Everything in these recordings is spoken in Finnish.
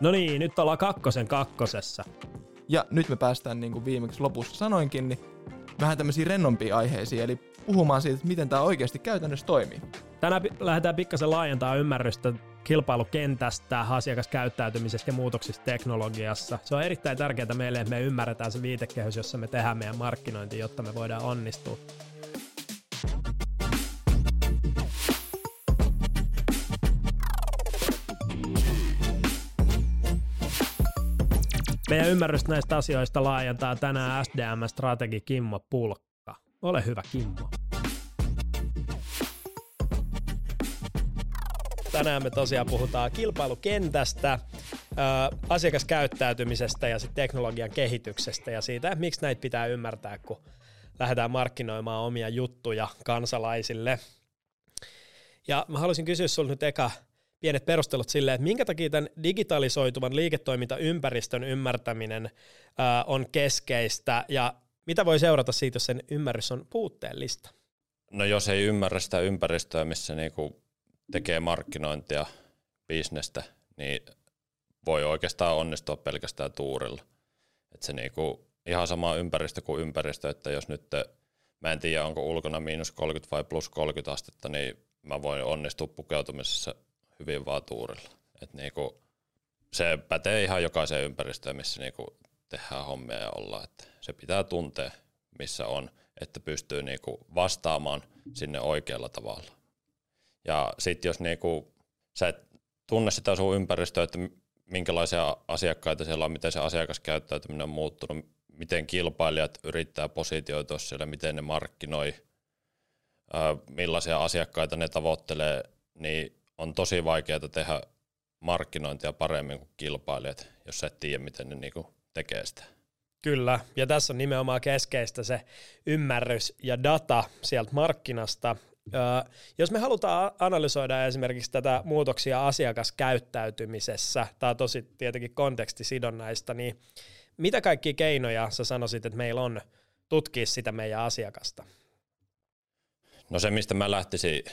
No niin, nyt ollaan kakkosessa. Ja nyt me päästään, niin kuin viimeksi lopussa sanoinkin, niin vähän tämmöisiin rennompiin aiheisiin, eli puhumaan siitä, että miten tämä oikeasti käytännössä toimii. Tänään lähdetään pikkasen laajentaa ymmärrystä kilpailukentästä, asiakaskäyttäytymisestä ja muutoksista teknologiassa. Se on erittäin tärkeää meille, että me ymmärretään se viitekehys, jossa me tehdään meidän markkinointi, jotta me voidaan onnistua. Meidän ymmärrystä näistä asioista laajentaa tänään SDM-strategi Kimmo Pulkka. Ole hyvä, Kimmo. Tänään me tosiaan puhutaan kilpailukentästä, asiakaskäyttäytymisestä ja sitten teknologian kehityksestä ja siitä, miksi näitä pitää ymmärtää, kun lähdetään markkinoimaan omia juttuja kansalaisille. Ja mä haluaisin kysyä sinulle nyt eka pienet perustelut silleen, että minkä takia tämän digitalisoituvan liiketoimintaympäristön ymmärtäminen on keskeistä ja mitä voi seurata siitä, jos sen ymmärrys on puutteellista? No jos ei ymmärrä sitä ympäristöä, missä niinku tekee markkinointia, bisnestä, niin voi oikeastaan onnistua pelkästään tuurilla. Et se niinku ihan sama ympäristö kuin ympäristö, että jos nyt mä en tiedä onko ulkona -30 vai +30 astetta, niin mä voin onnistua pukeutumisessa hyvin vaan tuurilla. Et niinku, se pätee ihan jokaiseen ympäristöön, missä niinku tehdään hommia ja ollaan. Et se pitää tuntea, missä on, että pystyy niinku vastaamaan sinne oikealla tavalla. Ja sitten jos niinku, sä et tunne sitä sun ympäristöä, että minkälaisia asiakkaita siellä on, miten se asiakaskäyttäytyminen on muuttunut, miten kilpailijat yrittää positioitua siellä, miten ne markkinoi, millaisia asiakkaita ne tavoittelee, niin on tosi vaikeaa tehdä markkinointia paremmin kuin kilpailijat, jos sä et tiedä, miten ne niinku tekee sitä. Kyllä, ja tässä on nimenomaan keskeistä se ymmärrys ja data sieltä markkinasta. Jos me halutaan analysoida esimerkiksi tätä muutoksia asiakaskäyttäytymisessä, tämä on tosi tietenkin kontekstisidonnaista, niin mitä kaikkia keinoja sä sanoisit, että meillä on tutkia sitä meidän asiakasta? No se, mistä mä lähtisin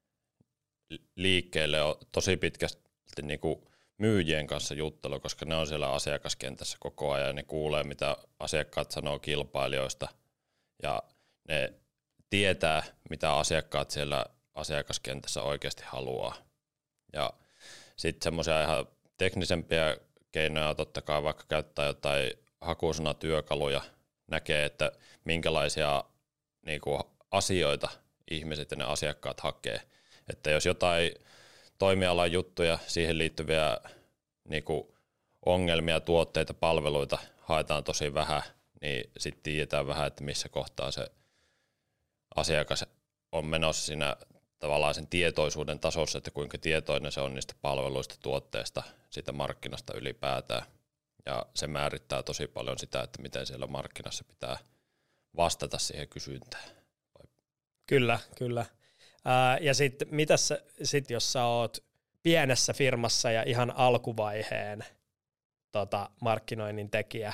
liikkeelle, on tosi pitkästi niin kuin myyjien kanssa juttelu, koska ne on siellä asiakaskentässä koko ajan ja ne kuulee, mitä asiakkaat sanoo kilpailijoista ja ne tietää, mitä asiakkaat siellä asiakaskentässä oikeasti haluaa. Ja sitten semmoisia ihan teknisempiä keinoja totta kai vaikka käyttää jotain hakusanatyökaluja, näkee, että minkälaisia niinku asioita ihmiset ja ne asiakkaat hakee. Että jos jotain toimialan juttuja, siihen liittyviä niinku ongelmia, tuotteita, palveluita haetaan tosi vähän, niin sitten tiedetään vähän, että missä kohtaa se asiakas on menossa siinä tavallaan sen tietoisuuden tasossa, että kuinka tietoinen se on niistä palveluista, tuotteista, siitä markkinasta ylipäätään. Ja se määrittää tosi paljon sitä, että miten siellä markkinassa pitää vastata siihen kysyntään. Kyllä, kyllä. Ja sitten jos sä oot pienessä firmassa ja ihan alkuvaiheen markkinoinnin tekijä,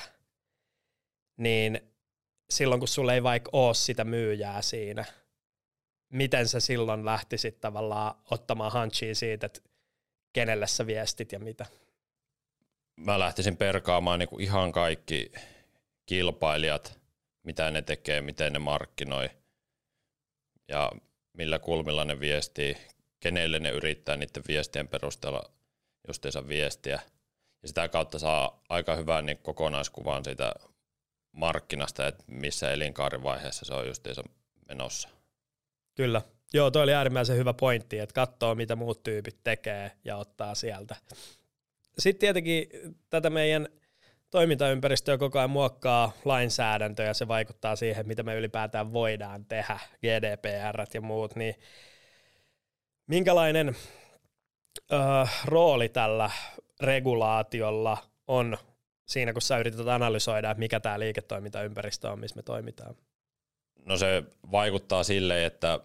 niin silloin kun sulla ei vaikka ole sitä myyjää siinä, miten sä silloin lähtisit tavallaan ottamaan hunchia siitä, että kenelle sä viestit ja mitä? Mä lähtisin perkaamaan niin kuin ihan kaikki kilpailijat, mitä ne tekee, miten ne markkinoi ja millä kulmilla ne viestii, kenelle ne yrittää niiden viestien perusteella justiinsa viestiä. Ja sitä kautta saa aika hyvän niin kokonaiskuvan siitä markkinasta, että missä elinkaarivaiheessa se on justiinsa menossa. Kyllä. Joo, toi oli äärimmäisen hyvä pointti, että katsoo mitä muut tyypit tekee ja ottaa sieltä. Sitten tietenkin tätä meidän toimintaympäristöä koko ajan muokkaa lainsäädäntö ja se vaikuttaa siihen, mitä me ylipäätään voidaan tehdä, GDPR ja muut, niin minkälainen rooli tällä regulaatiolla on siinä, kun sä yrität analysoida, että mikä tämä liiketoimintaympäristö on, missä me toimitaan? No se vaikuttaa silleen, että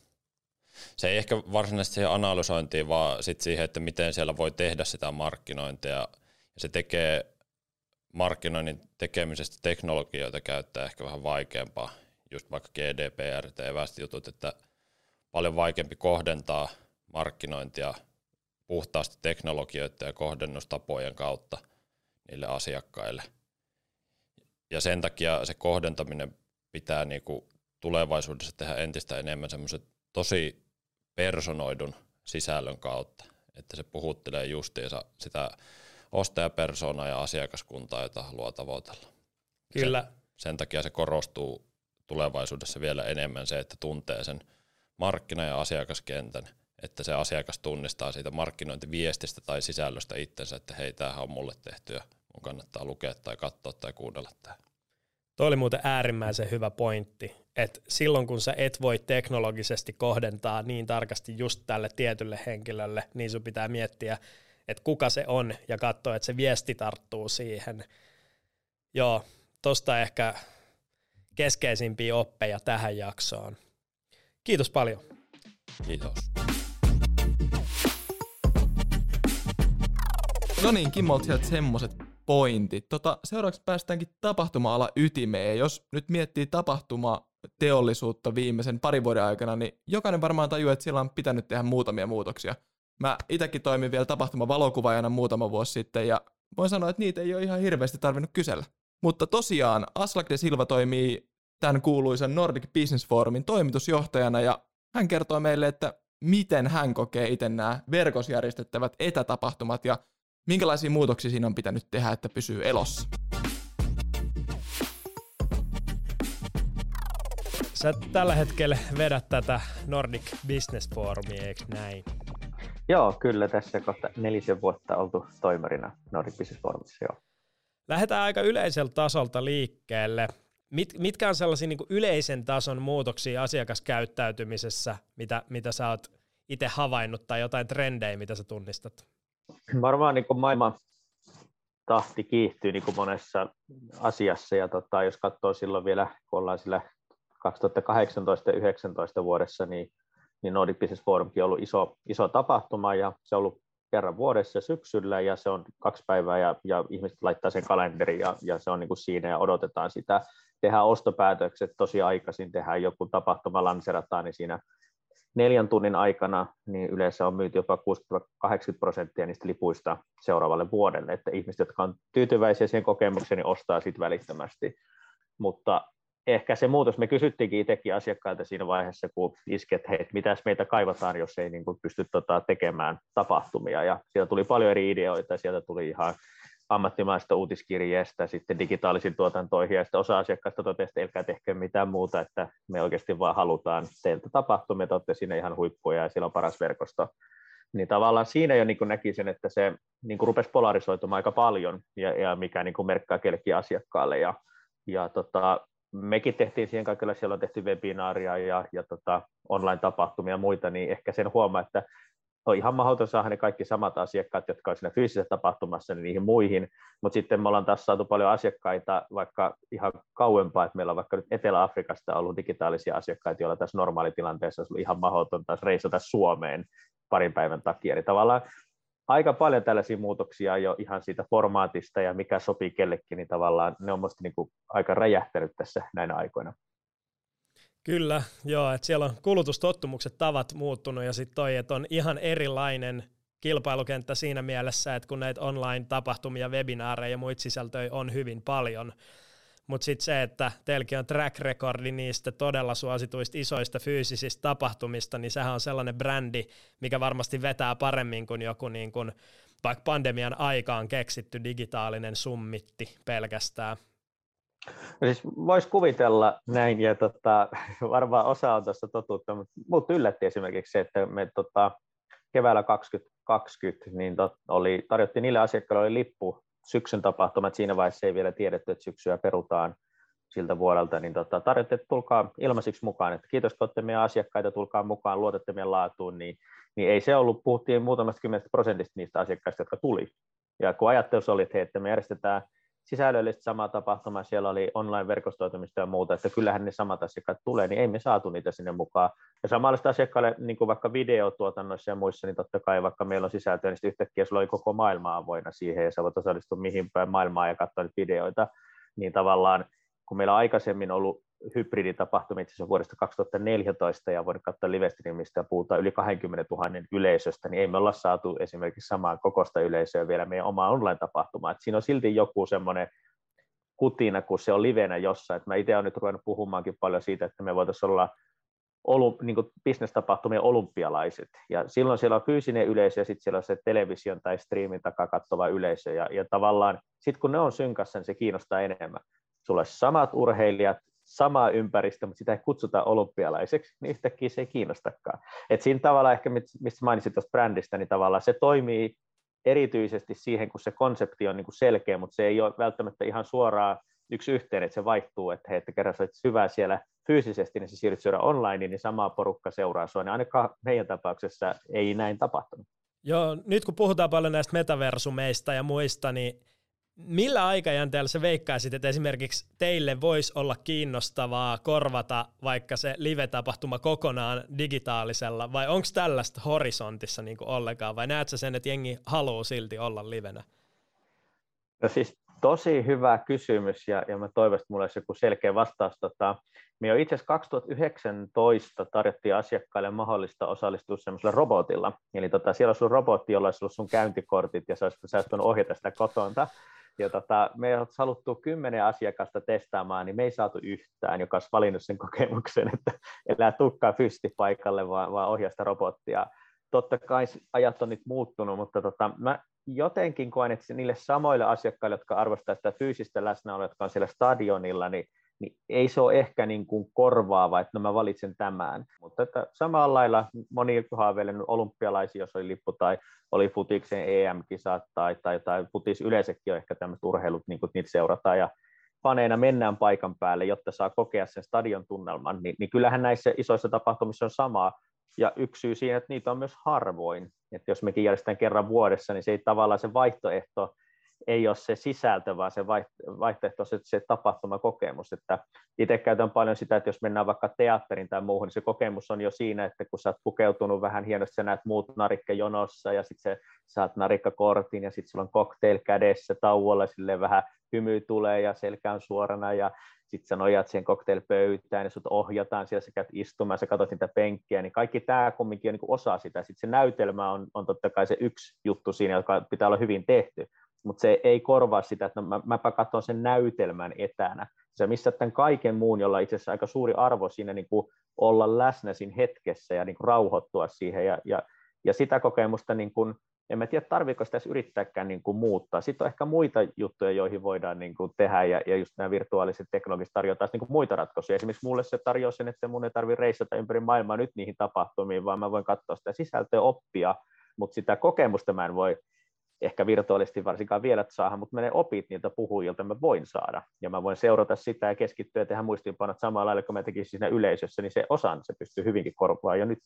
se ei ehkä varsinaisesti siihen analysointiin, vaan sit siihen, että miten siellä voi tehdä sitä markkinointia. Ja se tekee markkinoinnin tekemisestä teknologioita käyttää ehkä vähän vaikeampaa, just vaikka GDPR ja evästi jutut, että paljon vaikeampi kohdentaa markkinointia puhtaasti teknologioiden ja kohdennustapojen kautta niille asiakkaille. Ja sen takia se kohdentaminen pitää niinku tulevaisuudessa tehdä entistä enemmän semmoisen tosi personoidun sisällön kautta, että se puhuttelee justiinsa sitä ostajapersoonaa ja asiakaskuntaa, jota haluaa tavoitella. Kyllä. Sen takia se korostuu tulevaisuudessa vielä enemmän se, että tuntee sen markkina- ja asiakaskentän, että se asiakas tunnistaa siitä markkinointiviestistä tai sisällöstä itsensä, että hei, tämähän on mulle tehty ja mun kannattaa lukea tai katsoa tai kuunnella tämä. Tuo oli muuten äärimmäisen hyvä pointti, että silloin kun sä et voi teknologisesti kohdentaa niin tarkasti just tälle tietylle henkilölle, niin sun pitää miettiä, että kuka se on ja katsoa, että se viesti tarttuu siihen. Joo, tosta ehkä keskeisimpiä oppeja tähän jaksoon. Kiitos paljon. Kiitos. No niin, Kimmolta sieltä semmoset pointit. Seuraavaksi päästäänkin tapahtuma-ala ytimeen. Ja jos nyt miettii tapahtumateollisuutta viimeisen parin vuoden aikana, niin jokainen varmaan tajuaa, että siellä on pitänyt tehdä muutamia muutoksia. Mä itsekin toimin vielä tapahtumavalokuvaajana muutama vuosi sitten, ja voin sanoa, että niitä ei ole ihan hirveästi tarvinnut kysellä. Mutta tosiaan Aslak de Silva toimii tämän kuuluisen Nordic Business Forumin toimitusjohtajana, ja hän kertoo meille, että miten hän kokee itse nämä verkossa järjestettävät etätapahtumat, ja minkälaisia muutoksia siinä on pitänyt tehdä, että pysyy elossa. Sä tällä hetkellä vedät tätä Nordic Business Forumia, eikö näin? Joo, kyllä tässä kohta 4 vuotta oltu toimarina Nordic Business Forumissa, joo. Lähdetään aika yleiseltä tasolta liikkeelle. Mitkä on sellaisia niin kuin yleisen tason muutoksia asiakaskäyttäytymisessä, mitä sä oot itse havainnut, tai jotain trendejä, mitä sä tunnistat? Varmaan niin kuin maailman tahti kiihtyy niin kuin monessa asiassa, ja jos katsoo silloin vielä, kun ollaan sillä 2018 ja 2019 vuodessa, niin Nordic Business Forumkin on ollut iso tapahtuma, ja se on ollut kerran vuodessa syksyllä, ja se on 2 päivää, ja ihmiset laittaa sen kalenderiin, ja se on niin kuin siinä, ja odotetaan sitä. Tehdään ostopäätökset tosi aikaisin, tehdään joku tapahtuma, lanserataan, niin siinä 4 tunnin aikana niin yleensä on myyty jopa 60-80% niistä lipuista seuraavalle vuodelle, että ihmiset, jotka on tyytyväisiä siihen kokemukseen, niin ostaa sitten välittömästi. Mutta ehkä se muutos, me kysyttiinkin itsekin asiakkailta siinä vaiheessa, kun iski, että hei, mitäs meitä kaivataan, jos ei niin kuin pysty tekemään tapahtumia, ja sieltä tuli paljon eri ideoita, sieltä tuli ihan ammattimaista uutiskirjeestä sitten digitaalisiin tuotantoihin, ja sitten osa asiakkaista totesi, että älkää tehkö mitään muuta, että me oikeasti vaan halutaan teiltä tapahtumia, te olette siinä ihan huippuja ja siellä on paras verkosto. Niin tavallaan siinä jo niin näkisin, että se niin rupesi polarisoitumaan aika paljon, ja mikä niin merkkaa kellekin asiakkaalle. Ja mekin tehtiin siihen kaikilla, siellä on tehty webinaaria ja online-tapahtumia ja muita, niin ehkä sen huomaa, että on ihan mahdoton saada ne kaikki samat asiakkaat, jotka on siinä fyysisessä tapahtumassa, niin niihin muihin, mutta sitten me ollaan taas saatu paljon asiakkaita vaikka ihan kauempaa, että meillä on vaikka nyt Etelä-Afrikasta ollut digitaalisia asiakkaita, joilla tässä normaalitilanteessa olisi ollut ihan mahdoton taas reissata Suomeen parin päivän takia, eli tavallaan aika paljon tällaisia muutoksia jo ihan siitä formaatista ja mikä sopii kellekin, niin tavallaan ne on musta niin kuin aika räjähtänyt tässä näinä aikoina. Kyllä, joo, että siellä on kulutustottumukset, tavat muuttunut, ja sitten toi, että on ihan erilainen kilpailukenttä siinä mielessä, että kun näitä online-tapahtumia, webinaareja ja muita sisältöjä on hyvin paljon, mutta sitten se, että teilläkin on track recordi niistä todella suosituista isoista fyysisistä tapahtumista, niin sehän on sellainen brändi, mikä varmasti vetää paremmin kuin joku niin kuin vaikka pandemian aikaan keksitty digitaalinen summitti pelkästään. No siis voisi kuvitella näin, ja varmaan osa on tuossa totuutta, mutta yllätti esimerkiksi se, että me keväällä 2020 niin tarjottiin niille asiakkaille oli lippu syksyn tapahtumat, siinä vaiheessa ei vielä tiedetty, että syksyä perutaan siltä vuodelta, niin tarjottiin, että tulkaa ilmaisiksi mukaan, että kiitos, kun olette meidän asiakkaita, tulkaa mukaan, luotatte meidän laatuun, niin ei se ollut, puhuttiin muutamasta 10% niistä asiakkaista, jotka tuli, ja kun ajattelus oli, että, hei, että me järjestetään sisällöllisesti sama tapahtuma, siellä oli online-verkostoitumista ja muuta, että kyllähän ne samat asiakkaat tulee, niin ei me saatu niitä sinne mukaan. Ja samanlaista asiakkaille, niin kuin vaikka videotuotannoissa ja muissa, niin totta kai vaikka meillä on sisältöä, niin yhtäkkiä sulla oli koko maailma avoinna siihen, ja sä voit osallistua mihin päin maailmaa ja katsoa niitä videoita, niin tavallaan kun meillä on aikaisemmin ollut hybriditapahtuma itse asiassa vuodesta 2014 ja voidaan katsoa livestreamistä ja puhutaan yli 20 000 yleisöstä, niin ei me olla saatu esimerkiksi samaa kokoista yleisöä vielä meidän omaa online-tapahtumaa. Siinä on silti joku semmoinen kutina, kun se on livenä jossain. Et mä itse olen nyt ruvennut puhumaankin paljon siitä, että me voitaisiin olla niin business-tapahtumien olympialaiset. Ja silloin siellä on fyysinen yleisö ja sitten siellä on se television tai streamin takaa katsova yleisö. Ja tavallaan sitten kun ne on synkassa, niin se kiinnostaa enemmän. Sulla on samat urheilijat, sama ympäristö, mutta sitä ei kutsuta olympialaiseksi, niin yhtäkkiä se ei kiinnostakaan. Et siinä tavallaan ehkä, mistä mainitsit tuosta brändistä, niin tavallaan se toimii erityisesti siihen, kun se konsepti on niin kuin selkeä, mutta se ei ole välttämättä ihan suoraan yksi yhteen, että se vaihtuu, että hei, että kerran sä olet syvää siellä fyysisesti, niin se siirryt syödä online, niin sama porukka seuraa sua, niin ainakaan meidän tapauksessa ei näin tapahtunut. Joo, nyt kun puhutaan paljon näistä metaversumeista ja muista, niin millä aikajänteellä sä veikkaisit, että esimerkiksi teille voisi olla kiinnostavaa korvata vaikka se live-tapahtuma kokonaan digitaalisella, vai onko tällaista horisontissa niin kuin ollenkaan, vai näetkö sen, että jengi haluaa silti olla livenä? No siis tosi hyvä kysymys, ja mä toivon, että mulla olisi joku selkeä vastaus. Me on itse asiassa 2019 tarjottiin asiakkaille mahdollista osallistua semmoisella robotilla. Eli siellä olisi ollut robotti, jolla olisi ollut sun käyntikortit, ja sä olisit voinut ohjata sitä kotonta. Ja me olisi haluttu 10 asiakasta testaamaan, niin me ei saatu yhtään, joka olisi valinnut sen kokemuksen, että elää tukkaa fyysisesti paikalle, vaan ohjaa sitä robottia. Totta kai ajat on nyt muuttunut, mutta mä jotenkin koen, että niille samoille asiakkaille, jotka arvostaa sitä fyysistä läsnäoloa, jotka on siellä stadionilla, niin ei se ole ehkä niin kuin korvaava, että no mä valitsen tämän. Mutta että samalla lailla moni haaveilen olympialaisia, jos oli lippu tai oli futiksen EM-kisat tai futis yleensäkin on ehkä tämmöiset urheilut, niin kuin niitä seurataan ja faneina mennään paikan päälle, jotta saa kokea sen stadion tunnelman, niin kyllähän näissä isoissa tapahtumissa on sama. Ja yksi syy siihen, että niitä on myös harvoin. Että jos mekin järjestetään kerran vuodessa, niin se ei tavallaan se vaihtoehto ei ole se sisältö, vaan se vaihtoehto on se tapahtumakokemus. Että itse käytän paljon sitä, että jos mennään vaikka teatterin tai muuhun, niin se kokemus on jo siinä, että kun sä oot pukeutunut vähän hienosti, sä näet muut narikkajonossa ja sitten saat narikkakortin ja sitten sulla on cocktail kädessä tauolla, silleen vähän hymy tulee ja selkä on suorana ja sitten sä nojat siihen cocktailpöytään ja sut ohjataan, siellä sä käyt istumaan, sä katsot niitä penkkiä, niin kaikki tämä kumminkin on niin kuin osa sitä. Sitten se näytelmä on totta kai se yksi juttu siinä, joka pitää olla hyvin tehty, mutta se ei korvaa sitä, että no, mäpä katson sen näytelmän etänä. Se missä tämän kaiken muun, jolla on itse asiassa aika suuri arvo siinä niin kuin olla läsnä siinä hetkessä ja niin kuin rauhoittua siihen ja sitä kokemusta niin kuin, en mä tiedä, tarvitseeko sitä edes yrittääkään niin kuin muuttaa. Sitten on ehkä muita juttuja, joihin voidaan niin kuin tehdä, ja just nämä virtuaaliset teknologiset tarjoaa niin kuin muita ratkaisuja. Esimerkiksi mulle se tarjoaa sen, että mun ei tarvitse reissata ympäri maailmaa nyt niihin tapahtumiin, vaan mä voin katsoa sitä sisältöä, oppia, mutta sitä kokemusta mä en voi ehkä virtuaalisesti varsinkaan vielä saada, mutta ne opit niiltä puhujilta mä voin saada, ja mä voin seurata sitä ja keskittyä ja tehdä muistiinpanot samalla lailla, kun mä tekisin siinä yleisössä, niin se osan se pystyy hyvinkin korvaamaan jo nyt.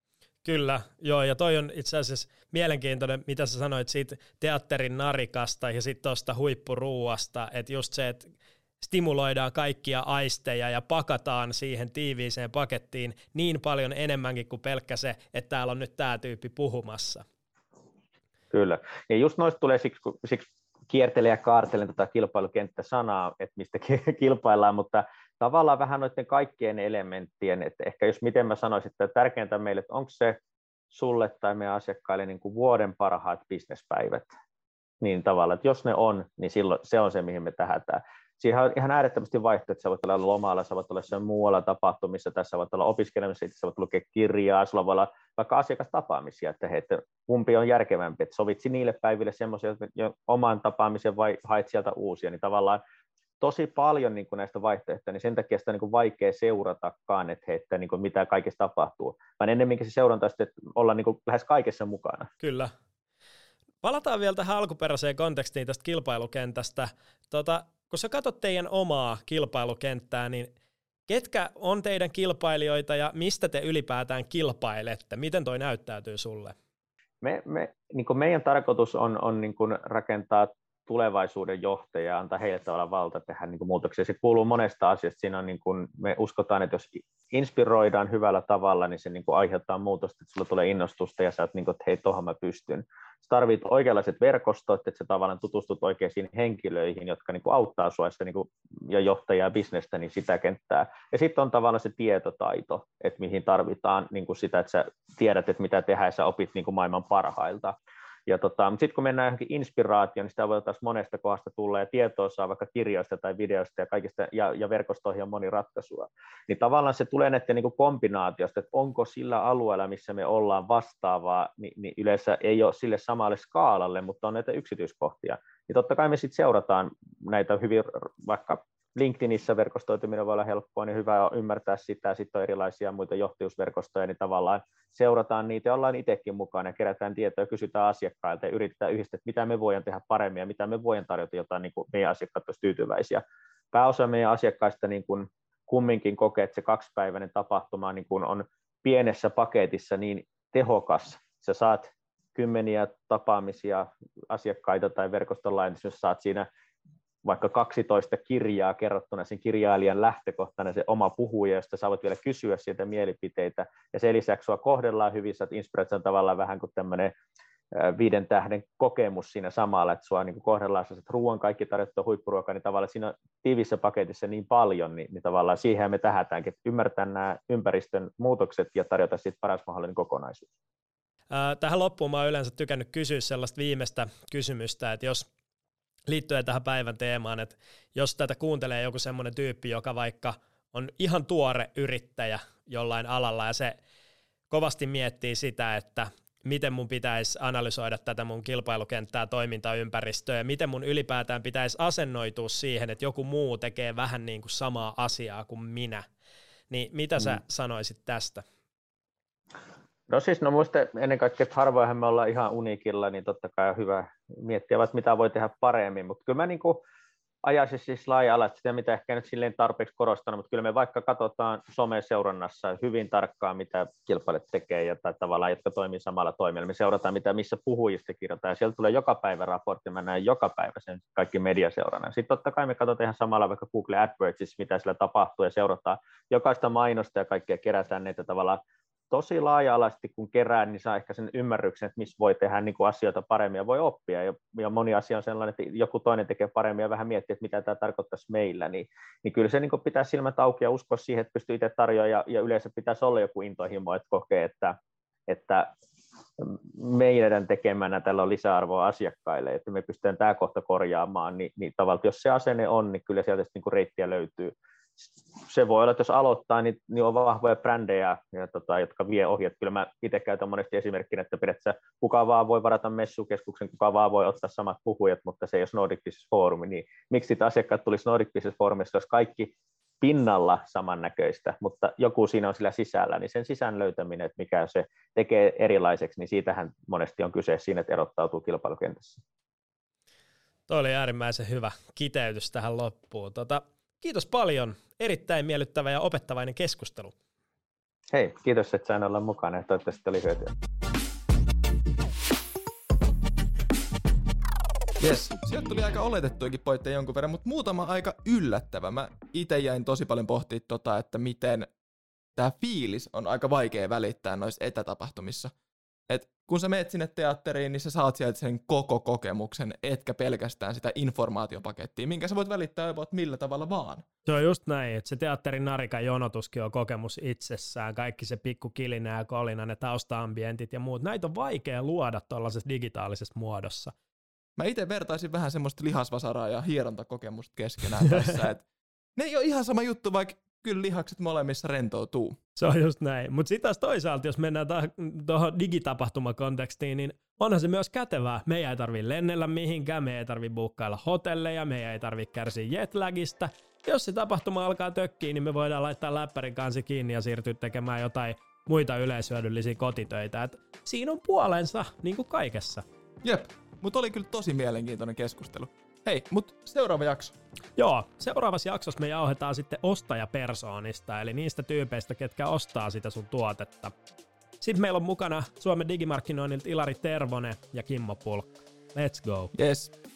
Kyllä, joo, ja toi on itse asiassa mielenkiintoinen, mitä sä sanoit siitä teatterin narikasta ja sitten tuosta huippuruuasta, että just se, että stimuloidaan kaikkia aisteja ja pakataan siihen tiiviiseen pakettiin niin paljon enemmänkin kuin pelkkä se, että täällä on nyt tämä tyyppi puhumassa. Kyllä, ja just noista tulee siksi kiertelee ja kaartelen tätä kilpailukenttäsanaa, että mistä kilpaillaan, mutta tavallaan vähän noiden kaikkien elementtien, että ehkä jos miten mä sanoisin, että tärkeintä meille, että onko se sulle tai meidän asiakkaille niin kuin vuoden parhaat bisnespäivät, niin tavallaan, että jos ne on, niin silloin se on se, mihin me tähdätään. Siihen on ihan äärettömästi vaihtoehtoja, että sä voit olla lomalla, sä voit olla siellä muualla tapahtumissa, tässä voit olla opiskelemassa, sä voit lukea kirjaa, sulla voi olla vaikka asiakastapaamisia, että, hei, että kumpi on järkevämpi, että sovitsi niille päiville semmoisia oman tapaamisen vai haet sieltä uusia, niin tavallaan tosi paljon niin kuin näistä vaihtoehtoja, niin sen takia sitä on niin kuin vaikea seuratakaan, että niin kuin mitä kaikessa tapahtuu, vaan ennemminkin se seuranta sitten, että ollaan niin kuin lähes kaikessa mukana. Kyllä. Palataan vielä tähän alkuperäiseen kontekstiin tästä kilpailukentästä. Kun sä katsot teidän omaa kilpailukenttää, niin ketkä on teidän kilpailijoita ja mistä te ylipäätään kilpailette? Miten toi näyttäytyy sulle? Niin kuin meidän tarkoitus on niin kuin rakentaa tulevaisuuden johtajia ja antaa heille tavallaan valta tehdä niin kuin muutoksia. Se kuuluu monesta asiasta. Siinä on niin kuin, me uskotaan, että jos inspiroidaan hyvällä tavalla, niin se niin kuin aiheuttaa muutosta, että sulla tulee innostusta ja sä oot niin kuin, että hei, tohon mä pystyn. Sä tarvit oikeanlaiset verkostot, että sä tavallaan tutustut oikeisiin henkilöihin, jotka niin kuin auttaa sua niin kuin, ja johtajaa ja bisnestä, niin sitä kenttää. Ja sitten on tavallaan se tietotaito, että mihin tarvitaan niin kuin sitä, että sä tiedät, että mitä tehdä ja sä opit niin kuin maailman parhailta. Mutta sitten kun mennään johonkin inspiraatioon, niin sitä voi taas monesta kohdasta tulla ja tietoa saa vaikka kirjoista tai videoista ja kaikista, ja verkostoihin on moni ratkaisua. Niin tavallaan se tulee näiden niin kuin kombinaatiosta, että onko sillä alueella, missä me ollaan vastaavaa, niin yleensä ei ole sille samalle skaalalle, mutta on näitä yksityiskohtia. Niin totta kai me sitten seurataan näitä hyvin, vaikka LinkedInissä verkostoituminen voi olla helppoa, niin hyvä ymmärtää sitä, sitten on erilaisia muita johtajuusverkostoja, niin tavallaan seurataan niitä ja ollaan itsekin mukana ja kerätään tietoa ja kysytään asiakkailta ja yritetään yhdistää, että mitä me voidaan tehdä paremmin ja mitä me voidaan tarjota, jotain niin kuin meidän asiakkaat olisivat tyytyväisiä. Pääosa meidän asiakkaista niin kuin kumminkin kokee, että se 2-päiväinen tapahtuma niin kuin on pienessä paketissa niin tehokas. Sä saat kymmeniä tapaamisia asiakkaita tai verkoston laajennusta, jos saat siinä vaikka 12 kirjaa kerrottuna sen kirjailijan lähtökohtana se oma puhuja, josta sä voit vielä kysyä sieltä mielipiteitä, ja sen lisäksi sua kohdellaan hyvin, sä oot inspiraation tavallaan vähän kuin tämmöinen 5 tähden kokemus siinä samalla, että sua niin kohdellaan sellaiset ruoan kaikki tarjottu huippuruokaa, niin tavallaan siinä tiivissä paketissa niin paljon, niin tavallaan siihen me tähätäänkin, että ymmärtää nämä ympäristön muutokset ja tarjota siitä paras mahdollinen kokonaisuus. Tähän loppuun mä oon yleensä tykännyt kysyä sellaista viimeistä kysymystä, että jos liittyen tähän päivän teemaan, että jos tätä kuuntelee joku semmoinen tyyppi, joka vaikka on ihan tuore yrittäjä jollain alalla ja se kovasti miettii sitä, että miten mun pitäisi analysoida tätä mun kilpailukenttää, toimintaympäristöä ja miten mun ylipäätään pitäisi asennoitua siihen, että joku muu tekee vähän niin kuin samaa asiaa kuin minä. Niin mitä sä sanoisit tästä? No siis, muista ennen kaikkea, että harvoinhan me ollaan ihan uniikilla, niin totta kai on hyvä miettiä, mitä voi tehdä paremmin, mutta kyllä mä niin kuin ajaisin siis laaja-alaisesti sitä, mitä ehkä nyt silleen tarpeeksi korostanut, mutta kyllä me vaikka katsotaan someseurannassa hyvin tarkkaan, mitä kilpailijat tekee, tai tavallaan, jotka toimii samalla toimijalla. Me seurataan, missä puhujista kirjoitetaan, ja sieltä tulee joka päivä raportti, mä näen joka päivä sen kaikki mediaseurana. Sitten totta kai me katsotaan ihan samalla vaikka Google AdWordsissa, mitä siellä tapahtuu, ja seurataan jokaista mainosta ja kaikkea, kerätään niitä tavallaan tosi laaja-alaisesti, kun kerää, niin saa ehkä sen ymmärryksen, että missä voi tehdä niin kuin asioita paremmin ja voi oppia. Ja moni asia on sellainen, että joku toinen tekee paremmin ja vähän miettii, että mitä tämä tarkoittaisi meillä. Niin kyllä se niin kuin pitää silmät auki ja uskoa siihen, että pystyy itse tarjoamaan ja yleensä pitäisi olla joku intohimo, että kokee, että meidän tekemänä tällä on lisäarvoa asiakkaille, että me pystytään tämä kohta korjaamaan. Niin tavallaan, jos se asenne on, niin kyllä sieltä niin kuin reittiä löytyy. Se voi olla, että jos aloittaa, niin on vahvoja brändejä, jotka vie ohi. Että kyllä mä itse käytän monesti esimerkkinä, että periaatteessa kuka vaan voi varata messukeskuksen, kuka vaan voi ottaa samat puhujat, mutta se ei ole Nordic Business Forum. Niin miksi sitä asiakkaat tulisi Nordic Business Forumissa, jos kaikki pinnalla samannäköistä, mutta joku siinä on sillä sisällä, niin sen sisään löytäminen, että mikä se tekee erilaiseksi, niin siitähän monesti on kyse siinä, että erottautuu kilpailukentässä. Tuo oli äärimmäisen hyvä kiteytys tähän loppuun. Kiitos paljon. Erittäin miellyttävä ja opettavainen keskustelu. Hei, kiitos, että sain olla mukana ja toivottavasti oli hyötyä. Jes, sieltä tuli aika oletettuakin pointteja jonkun verran, mutta muutama aika yllättävä. Mä itse jäin tosi paljon pohtimaan että miten tämä fiilis on aika vaikea välittää noissa etätapahtumissa. Et kun sä meet sinne teatteriin, niin sä saat sieltä sen koko kokemuksen, etkä pelkästään sitä informaatiopakettia, minkä sä voit välittää about millä tavalla vaan. Se on just näin, että se teatterin narikan jonotuskin on kokemus itsessään, kaikki se pikku kilinä ja kolina, ne tausta-ambientit ja muut. Näitä on vaikea luoda tuollaisessa digitaalisessa muodossa. Mä itse vertaisin vähän semmoista lihasvasaraa ja hierontakokemusta keskenään tässä, että ne ei ole ihan sama juttu, vaikka kyllä lihakset molemmissa rentoutuu. Se on just näin. Mutta sitten taas toisaalta, jos mennään tuohon digitapahtumakontekstiin, niin onhan se myös kätevää. Meidän ei tarvitse lennellä mihinkään, meidän ei tarvitse buukkailla hotelleja, meidän ei tarvitse kärsiä jetlagista. Jos se tapahtuma alkaa tökkiä, niin me voidaan laittaa läppärin kansi kiinni ja siirtyä tekemään jotain muita yleishyödyllisiä kotitöitä. Et siinä on puolensa, niin kuin kaikessa. Jep, mutta oli kyllä tosi mielenkiintoinen keskustelu. Hei, mutta seuraava jakso. Joo, seuraavassa jaksossa me jauhetaan sitten ostajapersoonista, eli niistä tyypeistä, ketkä ostaa sitä sun tuotetta. Sitten meillä on mukana Suomen digimarkkinoinnilta Ilari Tervonen ja Kimmo Pulkka. Let's go. Yes.